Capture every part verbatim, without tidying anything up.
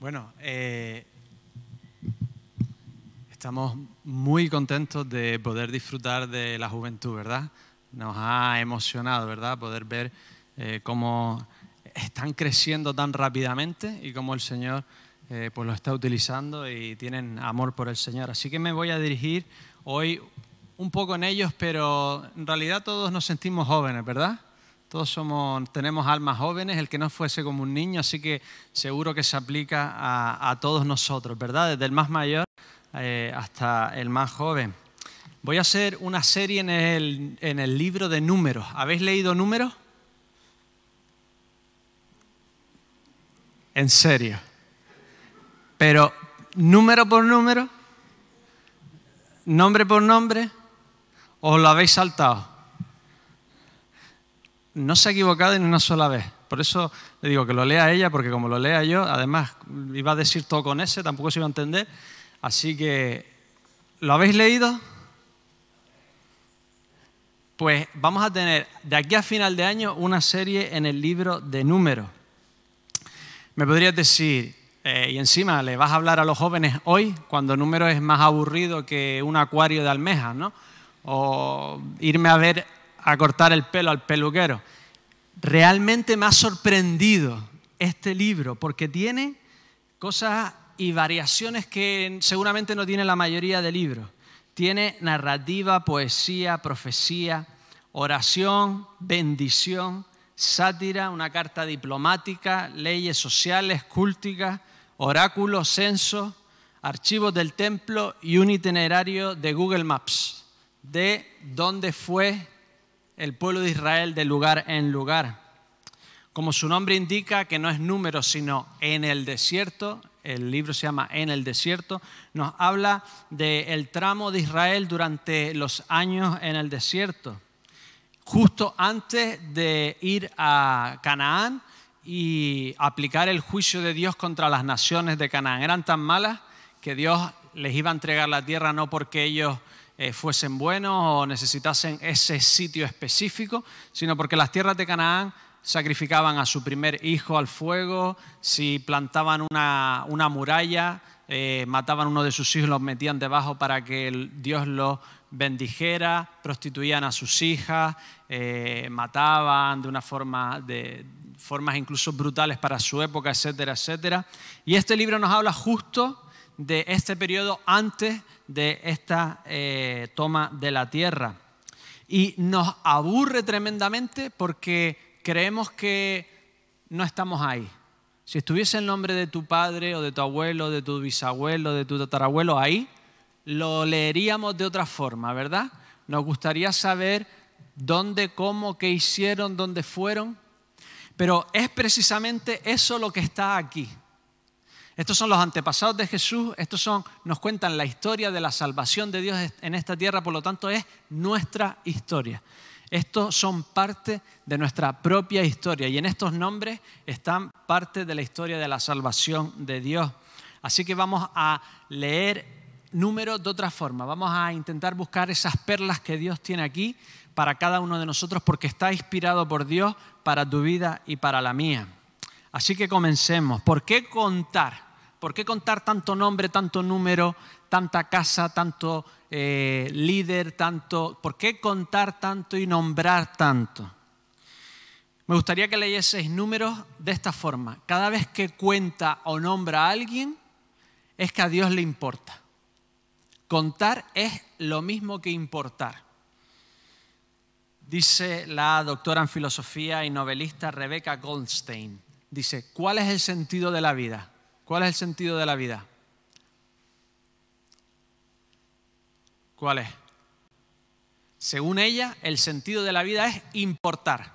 Bueno, eh, estamos muy contentos de poder disfrutar de la juventud, ¿verdad? Nos ha emocionado, ¿verdad? Poder ver eh, cómo están creciendo tan rápidamente y cómo el Señor eh, pues lo está utilizando y tienen amor por el Señor. Así que me voy a dirigir hoy un poco en ellos, pero en realidad todos nos sentimos jóvenes, ¿verdad? Todos somos, tenemos almas jóvenes, el que no fuese como un niño, así que seguro que se aplica a, a todos nosotros, ¿verdad? Desde el más mayor eh, hasta el más joven. Voy a hacer una serie en el, en el libro de Números. ¿Habéis leído Números? En serio. Pero número por número, nombre por nombre, ¿os lo habéis saltado? No se ha equivocado ni una sola vez. Por eso le digo que lo lea ella, porque como lo lea yo, además iba a decir todo con ese, tampoco se iba a entender. Así que, ¿lo habéis leído? Pues vamos a tener de aquí a final de año una serie en el libro de Números. Me podrías decir, eh, y encima le vas a hablar a los jóvenes hoy, cuando Números es más aburrido que un acuario de almejas, ¿no? O irme a ver a cortar el pelo al peluquero. Realmente me ha sorprendido este libro porque tiene cosas y variaciones que seguramente no tiene la mayoría de libros. Tiene narrativa, poesía, profecía, oración, bendición, sátira, una carta diplomática, leyes sociales, culticas, oráculos, censos, archivos del templo y un itinerario de Google Maps de dónde fue el pueblo de Israel de lugar en lugar. Como su nombre indica, que no es número, sino en el desierto, el libro se llama En el desierto, nos habla del tramo de Israel durante los años en el desierto, justo antes de ir a Canaán y aplicar el juicio de Dios contra las naciones de Canaán. Eran tan malas que Dios les iba a entregar la tierra no porque ellos Eh, fuesen buenos o necesitasen ese sitio específico, sino porque las tierras de Canaán sacrificaban a su primer hijo al fuego, si plantaban una, una muralla, eh, mataban a uno de sus hijos, los metían debajo para que el, Dios los bendijera, prostituían a sus hijas, eh, mataban de una forma, de formas incluso brutales para su época, etcétera, etcétera. Y este libro nos habla justo de este periodo antes de esta eh, toma de la tierra. Y nos aburre tremendamente porque creemos que no estamos ahí. Si estuviese el nombre de tu padre o de tu abuelo, de tu bisabuelo, de tu tatarabuelo ahí, lo leeríamos de otra forma, ¿verdad? Nos gustaría saber dónde, cómo, qué hicieron, dónde fueron. Pero es precisamente eso lo que está aquí. Estos son los antepasados de Jesús, estos son, nos cuentan la historia de la salvación de Dios en esta tierra, por lo tanto es nuestra historia. Estos son parte de nuestra propia historia y en estos nombres están parte de la historia de la salvación de Dios. Así que vamos a leer Números de otra forma, vamos a intentar buscar esas perlas que Dios tiene aquí para cada uno de nosotros porque está inspirado por Dios para tu vida y para la mía. Así que comencemos. ¿Por qué contar? ¿Por qué contar tanto nombre, tanto número, tanta casa, tanto eh, líder, tanto? ¿Por qué contar tanto y nombrar tanto? Me gustaría que leyeseis Números de esta forma. Cada vez que cuenta o nombra a alguien, es que a Dios le importa. Contar es lo mismo que importar. Dice la doctora en filosofía y novelista Rebecca Goldstein. Dice, ¿cuál es el sentido de la vida? ¿Cuál es el sentido de la vida? ¿Cuál es? Según ella, el sentido de la vida es importar.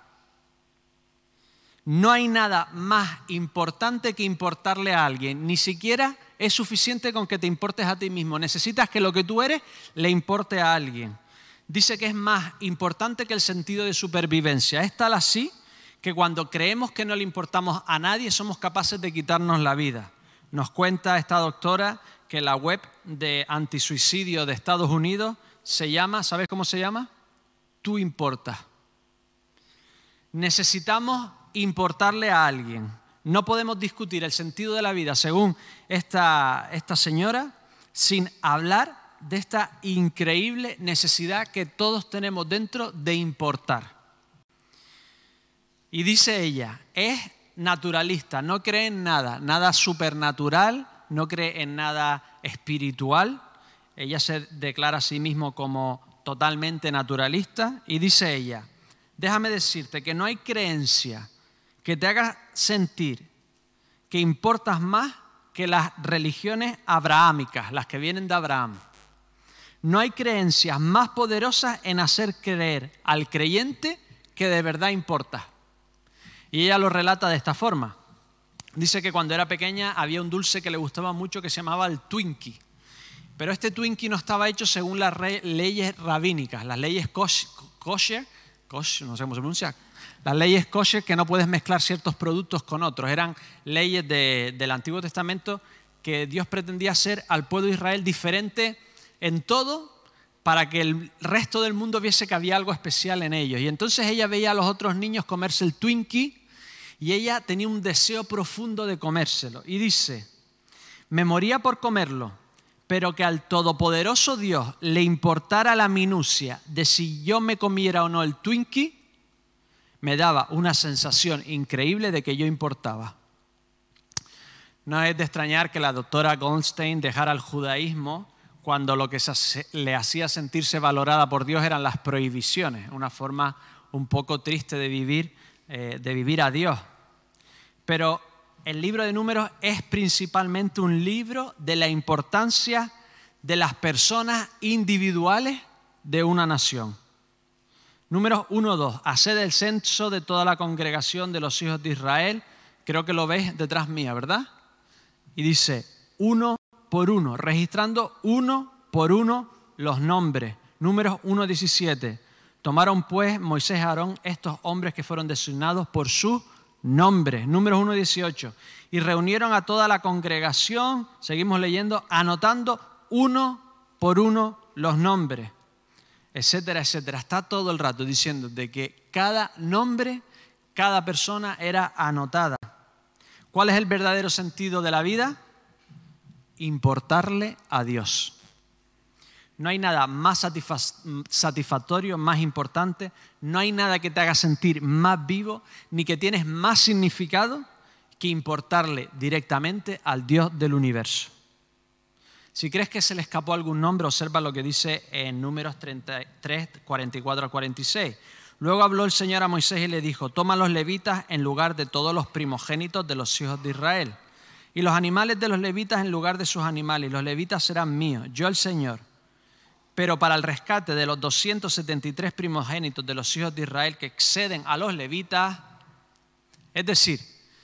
No hay nada más importante que importarle a alguien. Ni siquiera es suficiente con que te importes a ti mismo. Necesitas que lo que tú eres le importe a alguien. Dice que es más importante que el sentido de supervivencia. Es tal así que cuando creemos que no le importamos a nadie, somos capaces de quitarnos la vida. Nos cuenta esta doctora que la web de antisuicidio de Estados Unidos se llama, ¿sabes cómo se llama? Tú importas. Necesitamos importarle a alguien. no podemos discutir el sentido de la vida según esta, esta señora sin hablar de esta increíble necesidad que todos tenemos dentro de importar. Y dice ella, es naturalista, no cree en nada, nada supernatural, no cree en nada espiritual. Ella se declara a sí misma como totalmente naturalista y dice ella, déjame decirte que no hay creencia que te haga sentir que importas más que las religiones abrahámicas, las que vienen de Abraham. No hay creencias más poderosas en hacer creer al creyente que de verdad importa. Y ella lo relata de esta forma. Dice que cuando era pequeña había un dulce que le gustaba mucho que se llamaba el Twinkie. Pero este Twinkie no estaba hecho según las re- leyes rabínicas, las leyes kosher, kosher, kosher, no sé cómo se pronuncia, las leyes kosher que no puedes mezclar ciertos productos con otros. Eran leyes de, del Antiguo Testamento que Dios pretendía hacer al pueblo de Israel diferente en todo para que el resto del mundo viese que había algo especial en ellos. Y entonces ella veía a los otros niños comerse el Twinkie y ella tenía un deseo profundo de comérselo. Y dice, me moría por comerlo, pero que al todopoderoso Dios le importara la minucia de si yo me comiera o no el Twinkie, me daba una sensación increíble de que yo importaba. No es de extrañar que la doctora Goldstein dejara el judaísmo cuando lo que le hacía sentirse valorada por Dios eran las prohibiciones, una forma un poco triste de vivir, eh, de vivir a Dios. Pero el libro de Números es principalmente un libro de la importancia de las personas individuales de una nación. Números uno dos, haced el censo de toda la congregación de los hijos de Israel. Creo que lo ves detrás mía, ¿verdad? Y dice, uno por uno, registrando uno por uno los nombres. Números uno diecisiete. Tomaron pues Moisés y Aarón estos hombres que fueron designados por sus nombres. Números uno dieciocho. Y reunieron a toda la congregación, seguimos leyendo, anotando uno por uno los nombres, etcétera, etcétera. Está todo el rato diciendo de que cada nombre, cada persona era anotada. ¿Cuál es el verdadero sentido de la vida? Importarle a Dios. No hay nada más satisfactorio, más importante, no hay nada que te haga sentir más vivo, ni que tienes más significado que importarle directamente al Dios del universo. Si crees que se le escapó algún nombre, observa lo que dice en Números treinta y tres, cuarenta y cuatro al cuarenta y seis. Luego habló el Señor a Moisés y le dijo, toma los levitas en lugar de todos los primogénitos de los hijos de Israel, y los animales de los levitas en lugar de sus animales, y los levitas serán míos, yo el Señor. Pero para el rescate de los doscientos setenta y tres primogénitos de los hijos de Israel que exceden a los levitas, es decir,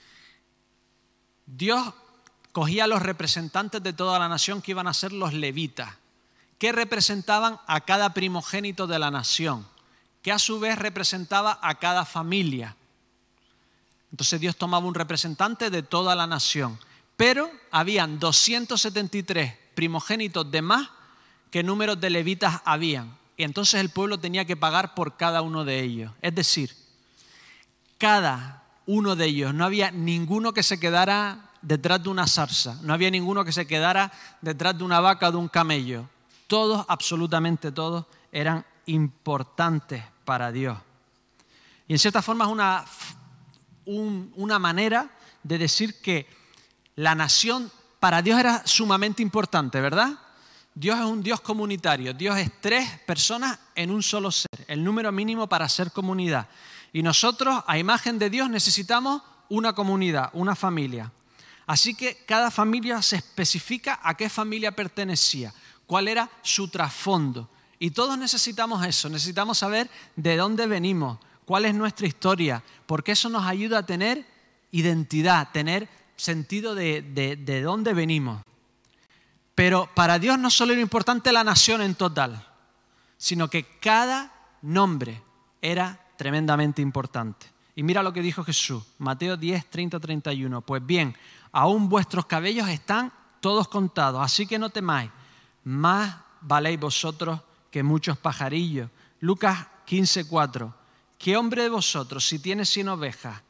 Dios cogía a los representantes de toda la nación que iban a ser los levitas, que representaban a cada primogénito de la nación, que a su vez representaba a cada familia. Entonces Dios tomaba un representante de toda la nación, pero habían doscientos setenta y tres primogénitos de más que números de levitas habían. Y entonces el pueblo tenía que pagar por cada uno de ellos. Es decir, cada uno de ellos, no había ninguno que se quedara detrás de una zarza, no había ninguno que se quedara detrás de una vaca o de un camello. Todos, absolutamente todos, eran importantes para Dios. Y en cierta forma es una, un, una manera de decir que la nación para Dios era sumamente importante, ¿verdad? Dios es un Dios comunitario. Dios es tres personas en un solo ser, el número mínimo para ser comunidad. Y nosotros, a imagen de Dios, necesitamos una comunidad, una familia. Así que cada familia se especifica a qué familia pertenecía, cuál era su trasfondo. Y todos necesitamos eso, necesitamos saber de dónde venimos, cuál es nuestra historia, porque eso nos ayuda a tener identidad, tener sentido de, de, de dónde venimos. Pero para Dios no solo era importante la nación en total, sino que cada nombre era tremendamente importante. Y mira lo que dijo Jesús, Mateo diez, treinta, treinta y uno. Pues bien, aún vuestros cabellos están todos contados, así que no temáis, más valéis vosotros que muchos pajarillos. Lucas quince, cuatro. ¿Qué hombre de vosotros, si tiene cien ovejas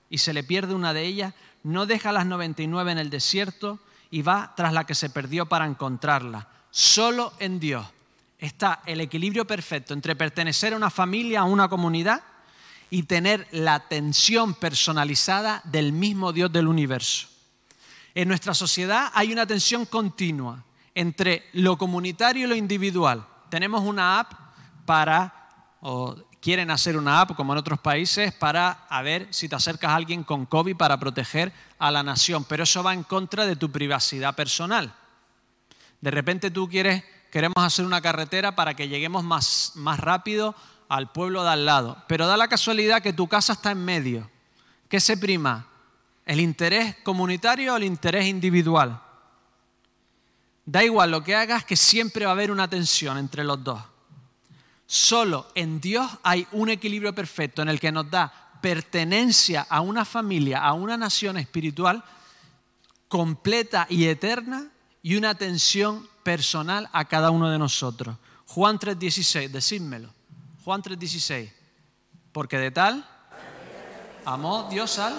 y se le pierde una de ellas, no deja las noventa y nueve en el desierto y va tras la que se perdió para encontrarla. Solo en Dios está el equilibrio perfecto entre pertenecer a una familia, a una comunidad y tener la atención personalizada del mismo Dios del universo. En nuestra sociedad hay una tensión continua entre lo comunitario y lo individual. Tenemos una app para, o quieren hacer una app como en otros países, para a ver si te acercas a alguien con COVID para proteger a la nación, pero eso va en contra de tu privacidad personal. De repente tú quieres, queremos hacer una carretera para que lleguemos más, más rápido al pueblo de al lado, pero da la casualidad que tu casa está en medio. ¿Qué se prima? ¿El interés comunitario o el interés individual? Da igual lo que hagas, que siempre va a haber una tensión entre los dos. Solo en Dios hay un equilibrio perfecto en el que nos da pertenencia a una familia, a una nación espiritual completa y eterna y una atención personal a cada uno de nosotros. Juan tres dieciséis, decídmelo. Juan tres dieciséis. Porque de tal amó Dios al...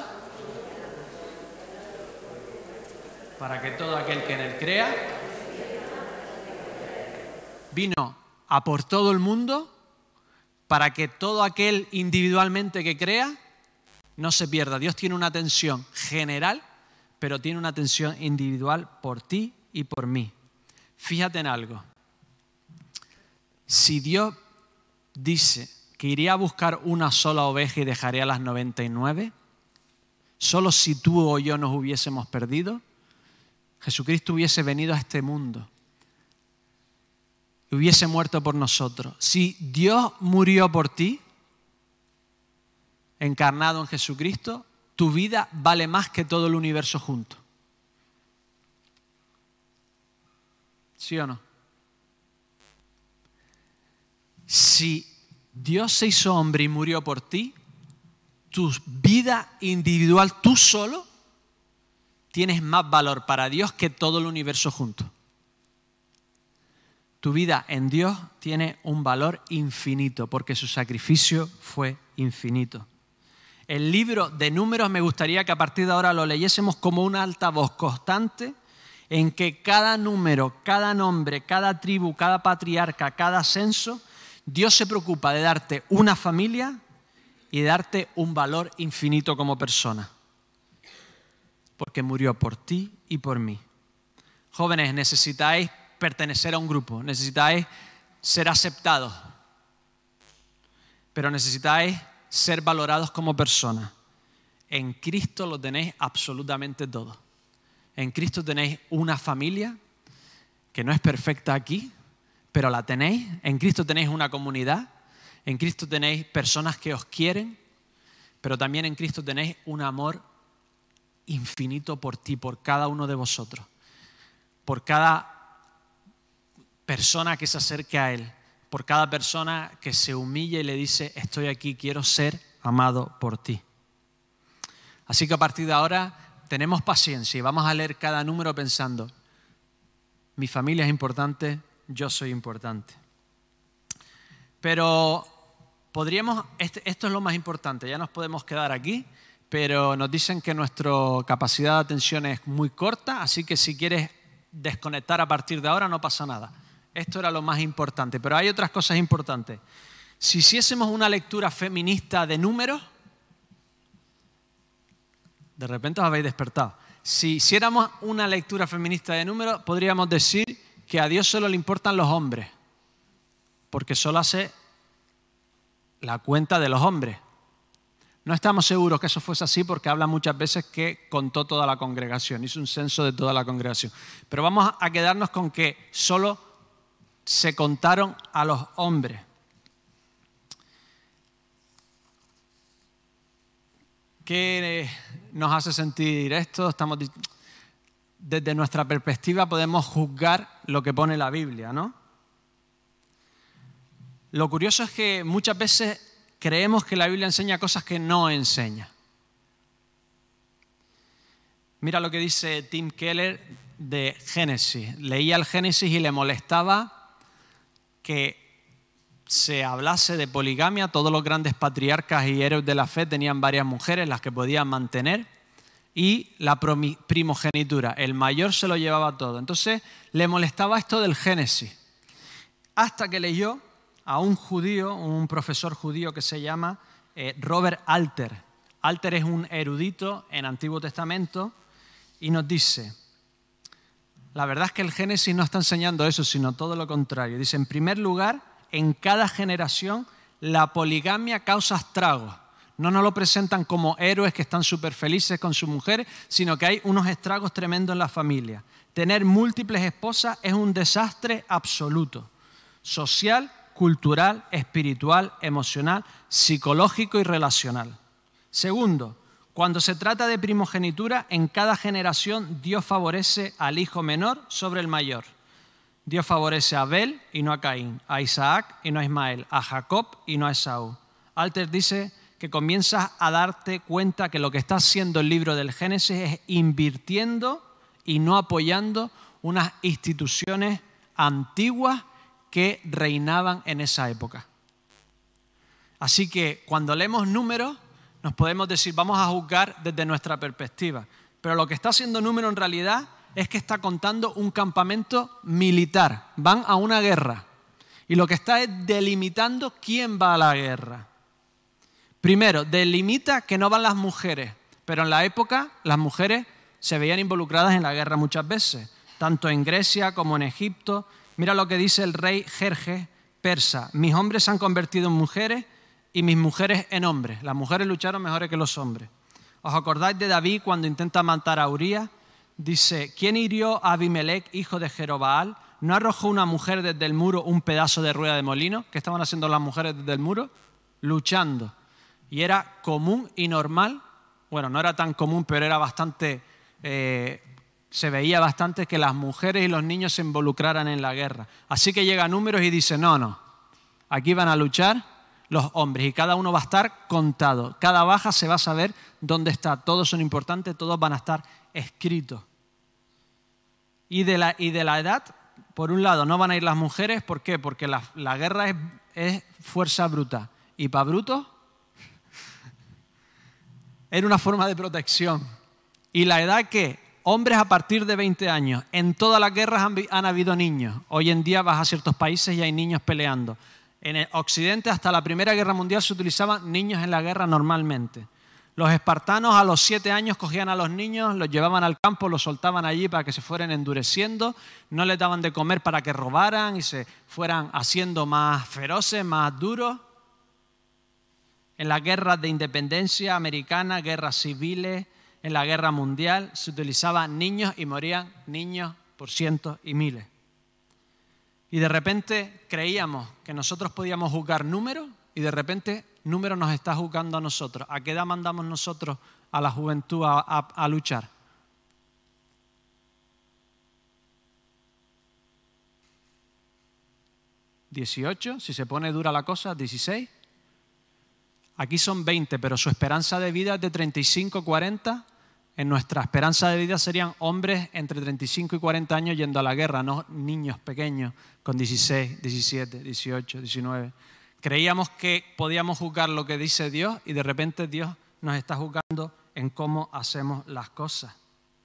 para que todo aquel que en él crea vino a por todo el mundo para que todo aquel individualmente que crea no se pierda. Dios tiene una atención general, pero tiene una atención individual por ti y por mí. Fíjate en algo. Si Dios dice que iría a buscar una sola oveja y dejaría a las noventa y nueve, solo si tú o yo nos hubiésemos perdido, Jesucristo hubiese venido a este mundo y hubiese muerto por nosotros. Si Dios murió por ti, encarnado en Jesucristo, tu vida vale más que todo el universo junto. ¿Sí o no? Si Dios se hizo hombre y murió por ti, tu vida individual, tú solo, tienes más valor para Dios que todo el universo junto. Tu vida en Dios tiene un valor infinito porque su sacrificio fue infinito. El libro de Números me gustaría que a partir de ahora lo leyésemos como un altavoz constante en que cada número, cada nombre, cada tribu, cada patriarca, cada censo, Dios se preocupa de darte una familia y de darte un valor infinito como persona. Porque murió por ti y por mí. Jóvenes, necesitáis pertenecer a un grupo, necesitáis ser aceptados, pero necesitáis ser valorados como personas. En Cristo lo tenéis absolutamente todo. En Cristo tenéis una familia que no es perfecta aquí, pero la tenéis. En Cristo tenéis una comunidad. En Cristo tenéis personas que os quieren, pero también en Cristo tenéis un amor infinito por ti, por cada uno de vosotros, por cada persona que se acerque a Él, por cada persona que se humilla y le dice, estoy aquí, quiero ser amado por ti. Así que a partir de ahora tenemos paciencia y vamos a leer cada número pensando, mi familia es importante, yo soy importante. Pero podríamos, este, esto es lo más importante, ya nos podemos quedar aquí, pero nos dicen que nuestra capacidad de atención es muy corta, así que si quieres desconectar a partir de ahora no pasa nada. Esto era lo más importante, pero hay otras cosas importantes. Si hiciésemos una lectura feminista de números, de repente os habéis despertado. Si hiciéramos una lectura feminista de números, podríamos decir que a Dios solo le importan los hombres, porque solo hace la cuenta de los hombres. No estamos seguros que eso fuese así porque habla muchas veces que contó toda la congregación, hizo un censo de toda la congregación. Pero vamos a quedarnos con que solo se contaron a los hombres. ¿Qué nos hace sentir esto? Estamos, desde nuestra perspectiva podemos juzgar lo que pone la Biblia, ¿no? Lo curioso es que muchas veces creemos que la Biblia enseña cosas que no enseña. Mira lo que dice Tim Keller de Génesis. Leía el Génesis y le molestaba que se hablase de poligamia. Todos los grandes patriarcas y héroes de la fe tenían varias mujeres, las que podían mantener, y la primogenitura, el mayor se lo llevaba todo. Entonces le molestaba esto del Génesis, hasta que leyó a un judío, un profesor judío que se llama eh, Robert Alter. Alter es un erudito en Antiguo Testamento y nos dice, la verdad es que el Génesis no está enseñando eso, sino todo lo contrario. Dice, en primer lugar, en cada generación la poligamia causa estragos. No nos lo presentan como héroes que están súper felices con su mujer, sino que hay unos estragos tremendos en la familia. Tener múltiples esposas es un desastre absoluto, social, cultural, espiritual, emocional, psicológico y relacional. Segundo, cuando se trata de primogenitura, en cada generación Dios favorece al hijo menor sobre el mayor. Dios favorece a Abel y no a Caín, a Isaac y no a Ismael, a Jacob y no a Esaú. Alter dice que comienzas a darte cuenta que lo que está haciendo el libro del Génesis es invirtiendo y no apoyando unas instituciones antiguas que reinaban en esa época. Así que cuando leemos Números, nos podemos decir, vamos a juzgar desde nuestra perspectiva. Pero lo que está haciendo Número en realidad es que está contando un campamento militar. Van a una guerra. Y lo que está es delimitando quién va a la guerra. Primero, delimita que no van las mujeres. Pero en la época las mujeres se veían involucradas en la guerra muchas veces. Tanto en Grecia como en Egipto. Mira lo que dice el rey Jerjes, persa. Mis hombres se han convertido en mujeres y mis mujeres en hombres. Las mujeres lucharon mejores que los hombres. ¿Os acordáis de David cuando intenta matar a Urías? Dice, ¿quién hirió a Abimelech, hijo de Jerobaal? ¿No arrojó una mujer desde el muro un pedazo de rueda de molino? ¿Qué estaban haciendo las mujeres desde el muro? Luchando. Y era común y normal, bueno, no era tan común, pero era bastante, eh, se veía bastante que las mujeres y los niños se involucraran en la guerra. Así que llega Números y dice, no, no, aquí van a luchar los hombres y cada uno va a estar contado. Cada baja se va a saber dónde está. Todos son importantes, todos van a estar escritos. Y de la, y de la edad, por un lado, no van a ir las mujeres. ¿Por qué? Porque la, la guerra es, es fuerza bruta. Y para brutos, era una forma de protección. Y la edad que hombres a partir de veinte años, en todas las guerras han, han habido niños. Hoy en día vas a ciertos países y hay niños peleando. En el Occidente, hasta la Primera Guerra Mundial, se utilizaban niños en la guerra normalmente. Los espartanos a los siete años cogían a los niños, los llevaban al campo, los soltaban allí para que se fueran endureciendo, no les daban de comer para que robaran y se fueran haciendo más feroces, más duros. En las guerras de independencia americana, guerras civiles, en la guerra mundial, se utilizaban niños y morían niños por cientos y miles. Y de repente creíamos que nosotros podíamos juzgar Números y de repente Números nos está juzgando a nosotros. ¿A qué edad mandamos nosotros a la juventud a, a, a luchar? dieciocho, si se pone dura la cosa, dieciséis. Aquí son veinte, pero su esperanza de vida es de treinta y cinco, cuarenta. En nuestra esperanza de vida serían hombres entre treinta y cinco y cuarenta años yendo a la guerra, no niños pequeños con dieciséis, diecisiete, dieciocho, diecinueve. Creíamos que podíamos juzgar lo que dice Dios y de repente Dios nos está juzgando en cómo hacemos las cosas.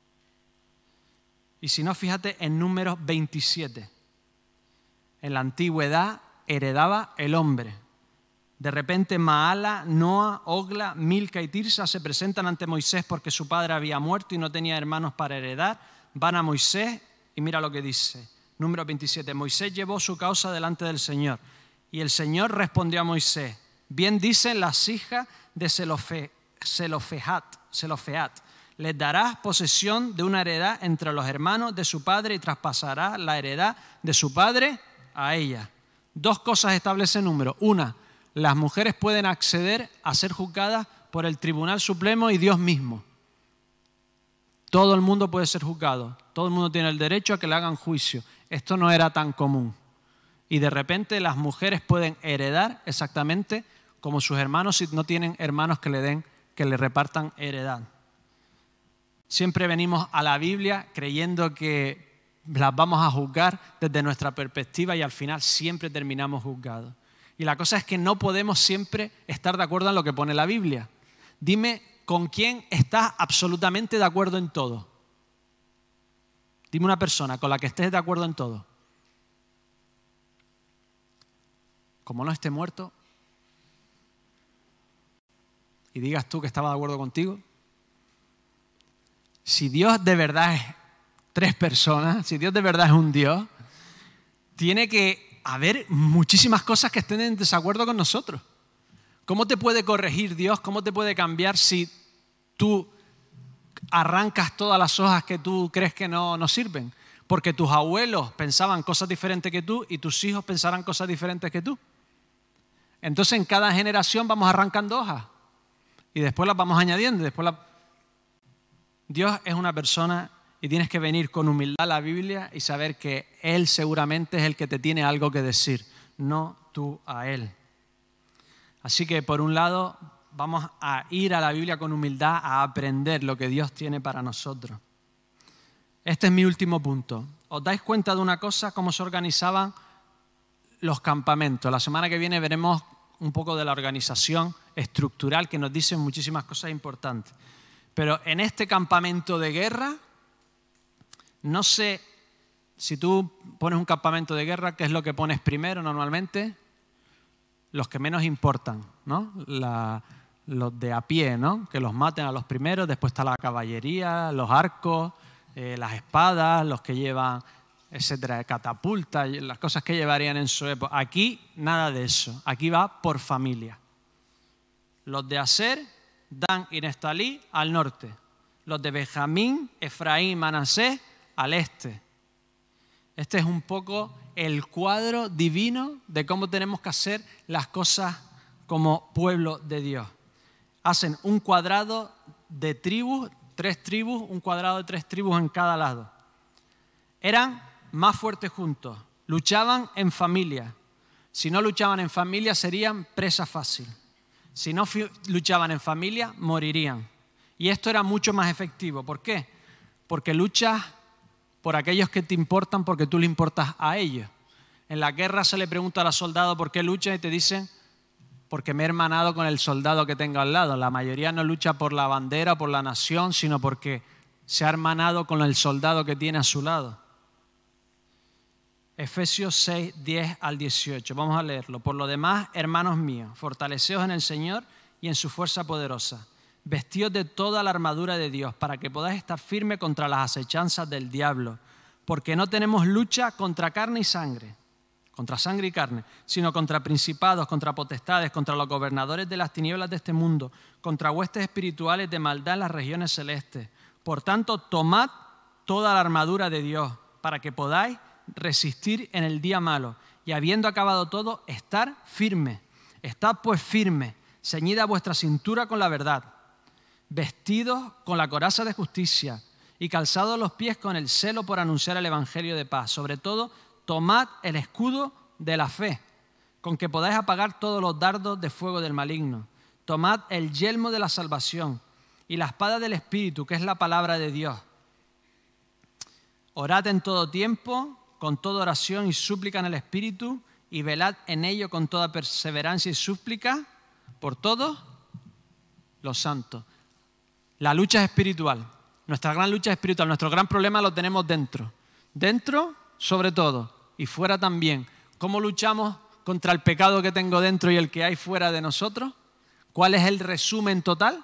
Y si no, fíjate en Números veintisiete. En la antigüedad heredaba el hombre. De repente Maala, Noa, Ogla, Milca y Tirsa se presentan ante Moisés porque su padre había muerto y no tenía hermanos para heredar. Van a Moisés y mira lo que dice. Número veintisiete. Moisés llevó su causa delante del Señor y el Señor respondió a Moisés. Bien dicen las hijas de Selofe, Selofehat, Selofehat. Les darás posesión de una heredad entre los hermanos de su padre y traspasará la heredad de su padre a ella. Dos cosas establece Número. Una, las mujeres pueden acceder a ser juzgadas por el Tribunal Supremo y Dios mismo. Todo el mundo puede ser juzgado. Todo el mundo tiene el derecho a que le hagan juicio. Esto no era tan común. Y de repente las mujeres pueden heredar exactamente como sus hermanos si no tienen hermanos que le den, que le repartan heredad. Siempre venimos a la Biblia creyendo que las vamos a juzgar desde nuestra perspectiva y al final siempre terminamos juzgados. Y la cosa es que no podemos siempre estar de acuerdo en lo que pone la Biblia. Dime con quién estás absolutamente de acuerdo en todo. Dime una persona con la que estés de acuerdo en todo. Como no esté muerto y digas tú que estaba de acuerdo contigo. Si Dios de verdad es tres personas, si Dios de verdad es un Dios, tiene que haber muchísimas cosas que estén en desacuerdo con nosotros. ¿Cómo te puede corregir Dios? ¿Cómo te puede cambiar si tú arrancas todas las hojas que tú crees que no, no sirven? Porque tus abuelos pensaban cosas diferentes que tú y tus hijos pensarán cosas diferentes que tú. Entonces en cada generación vamos arrancando hojas y después las vamos añadiendo. Después la... Dios es una persona y tienes que venir con humildad a la Biblia y saber que Él seguramente es el que te tiene algo que decir, no tú a Él. Así que por un lado vamos a ir a la Biblia con humildad a aprender lo que Dios tiene para nosotros. Este es mi último punto. ¿Os dais cuenta de una cosa? Cómo se organizaban los campamentos. La semana que viene veremos un poco de la organización estructural que nos dice muchísimas cosas importantes. Pero en este campamento de guerra, no sé si tú pones un campamento de guerra, ¿qué es lo que pones primero normalmente? Los que menos importan, ¿no? La, los de a pie, ¿no? Que los maten a los primeros, después está la caballería, los arcos, eh, las espadas, los que llevan, etcétera, catapultas, las cosas que llevarían en su época. Aquí nada de eso, aquí va por familia. Los de Aser, Dan y Neftalí al norte, los de Benjamín, Efraín y Manasés al este. Este es un poco el cuadro divino de cómo tenemos que hacer las cosas como pueblo de Dios. Hacen un cuadrado de tribus, tres tribus, un cuadrado de tres tribus en cada lado. Eran más fuertes juntos, luchaban en familia. Si no luchaban en familia serían presa fácil. Si no luchaban en familia, morirían. Y esto era mucho más efectivo. ¿Por qué? Porque luchas por aquellos que te importan porque tú le importas a ellos. En la guerra se le pregunta a los soldados por qué luchan y te dicen porque me he hermanado con el soldado que tengo al lado. La mayoría no lucha por la bandera, por la nación, sino porque se ha hermanado con el soldado que tiene a su lado. Efesios seis, diez al dieciocho. Vamos a leerlo. Por lo demás, hermanos míos, fortaleceos en el Señor y en su fuerza poderosa. Vestíos de toda la armadura de Dios para que podáis estar firmes contra las acechanzas del diablo. Porque no tenemos lucha contra carne y sangre, contra sangre y carne, sino contra principados, contra potestades, contra los gobernadores de las tinieblas de este mundo, contra huestes espirituales de maldad en las regiones celestes. Por tanto, tomad toda la armadura de Dios para que podáis resistir en el día malo y habiendo acabado todo, estar firme. Estad pues firme, ceñida vuestra cintura con la verdad, vestidos con la coraza de justicia y calzados los pies con el celo por anunciar el evangelio de paz. Sobre todo, tomad el escudo de la fe, con que podáis apagar todos los dardos de fuego del maligno. Tomad el yelmo de la salvación y la espada del Espíritu, que es la palabra de Dios. Orad en todo tiempo, con toda oración y súplica en el Espíritu, y velad en ello con toda perseverancia y súplica por todos los santos. La lucha es espiritual. Nuestra gran lucha es espiritual. Nuestro gran problema lo tenemos dentro. Dentro, sobre todo, y fuera también. ¿Cómo luchamos contra el pecado que tengo dentro y el que hay fuera de nosotros? ¿Cuál es el resumen total?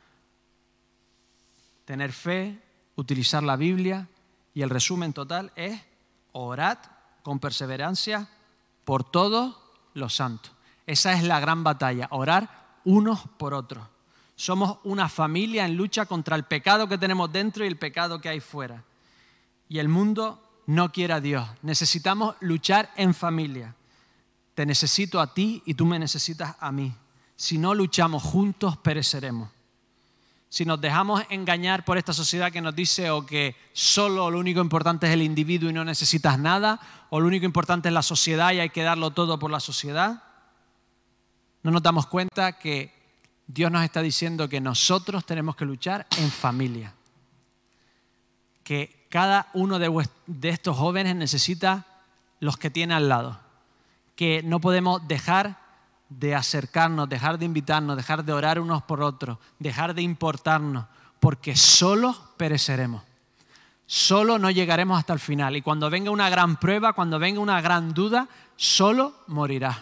Tener fe, utilizar la Biblia, y el resumen total es orad con perseverancia por todos los santos. Esa es la gran batalla, orar unos por otros. Somos una familia en lucha contra el pecado que tenemos dentro y el pecado que hay fuera. Y el mundo no quiere a Dios. Necesitamos luchar en familia. Te necesito a ti y tú me necesitas a mí. Si no luchamos juntos, pereceremos. Si nos dejamos engañar por esta sociedad que nos dice o que solo lo único importante es el individuo y no necesitas nada, o lo único importante es la sociedad y hay que darlo todo por la sociedad, no nos damos cuenta que Dios nos está diciendo que nosotros tenemos que luchar en familia. Que cada uno de, vuest- de estos jóvenes necesita los que tiene al lado. Que no podemos dejar de acercarnos, dejar de invitarnos, dejar de orar unos por otros, dejar de importarnos, porque solos pereceremos. Solo no llegaremos hasta el final. Y cuando venga una gran prueba, cuando venga una gran duda, solo morirás.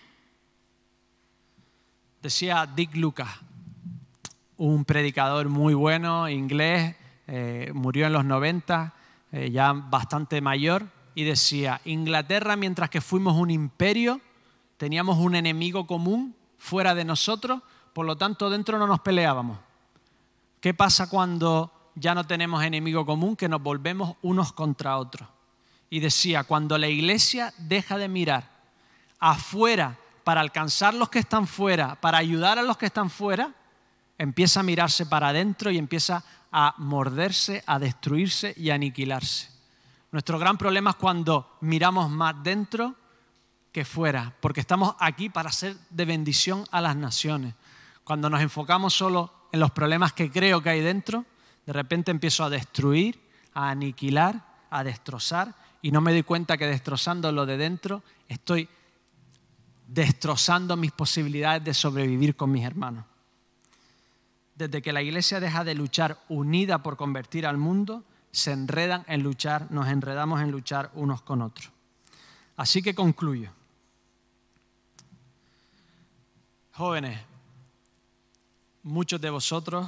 Decía Dick Lucas, un predicador muy bueno, inglés, eh, murió en los noventa, eh, ya bastante mayor, y decía, Inglaterra, mientras que fuimos un imperio, teníamos un enemigo común fuera de nosotros, por lo tanto dentro no nos peleábamos. ¿Qué pasa cuando ya no tenemos enemigo común? Que nos volvemos unos contra otros. Y decía, cuando la iglesia deja de mirar afuera para alcanzar los que están fuera, para ayudar a los que están fuera, empieza a mirarse para adentro y empieza a morderse, a destruirse y a aniquilarse. Nuestro gran problema es cuando miramos más dentro que fuera, porque estamos aquí para ser de bendición a las naciones. Cuando nos enfocamos solo en los problemas que creo que hay dentro, de repente empiezo a destruir, a aniquilar, a destrozar, y no me doy cuenta que destrozando lo de dentro estoy destrozando mis posibilidades de sobrevivir con mis hermanos. Desde que la iglesia deja de luchar unida por convertir al mundo, se enredan en luchar, nos enredamos en luchar unos con otros. Así que concluyo. Jóvenes, muchos de vosotros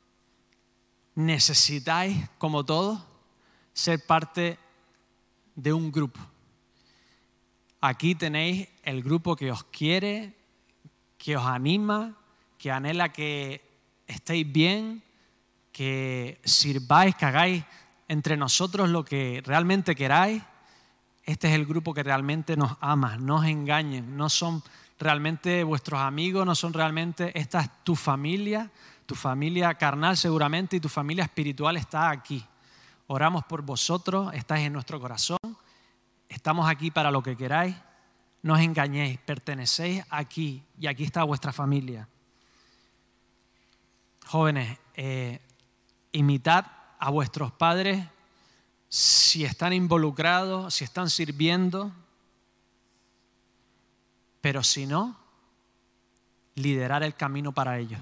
necesitáis, como todos, ser parte de un grupo. Aquí tenéis el grupo que os quiere, que os anima, que anhela que estéis bien, que sirváis, que hagáis entre nosotros lo que realmente queráis. Este es el grupo que realmente nos ama, no os engañen, no son realmente vuestros amigos, no son realmente, esta es tu familia, tu familia carnal seguramente y tu familia espiritual está aquí. Oramos por vosotros, estáis en nuestro corazón, estamos aquí para lo que queráis, no os engañéis, pertenecéis aquí y aquí está vuestra familia. Jóvenes, eh, imitad a vuestros padres si están involucrados, si están sirviendo, pero si no, liderar el camino para ellos.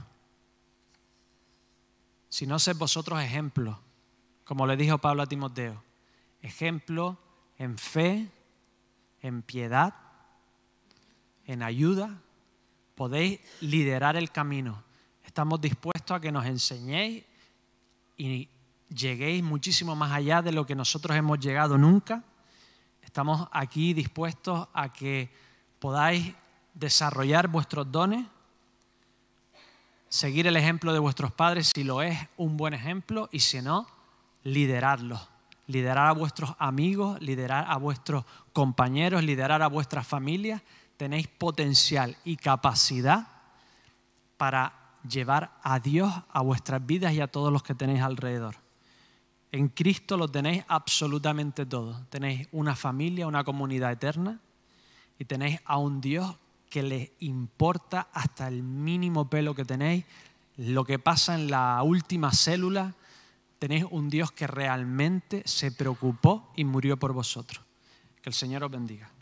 Si no, sed vosotros ejemplos, como le dijo Pablo a Timoteo, ejemplo en fe, en piedad, en ayuda, podéis liderar el camino. Estamos dispuestos a que nos enseñéis y lleguéis muchísimo más allá de lo que nosotros hemos llegado nunca. Estamos aquí dispuestos a que podáis desarrollar vuestros dones, seguir el ejemplo de vuestros padres si lo es un buen ejemplo y si no, lideradlos. Liderar a vuestros amigos, liderar a vuestros compañeros, liderar a vuestras familias. Tenéis potencial y capacidad para llevar a Dios a vuestras vidas y a todos los que tenéis alrededor. En Cristo lo tenéis absolutamente todo. Tenéis una familia, una comunidad eterna y tenéis a un Dios que les importa hasta el mínimo pelo que tenéis, lo que pasa en la última célula. Tenéis un Dios que realmente se preocupó y murió por vosotros. Que el Señor os bendiga.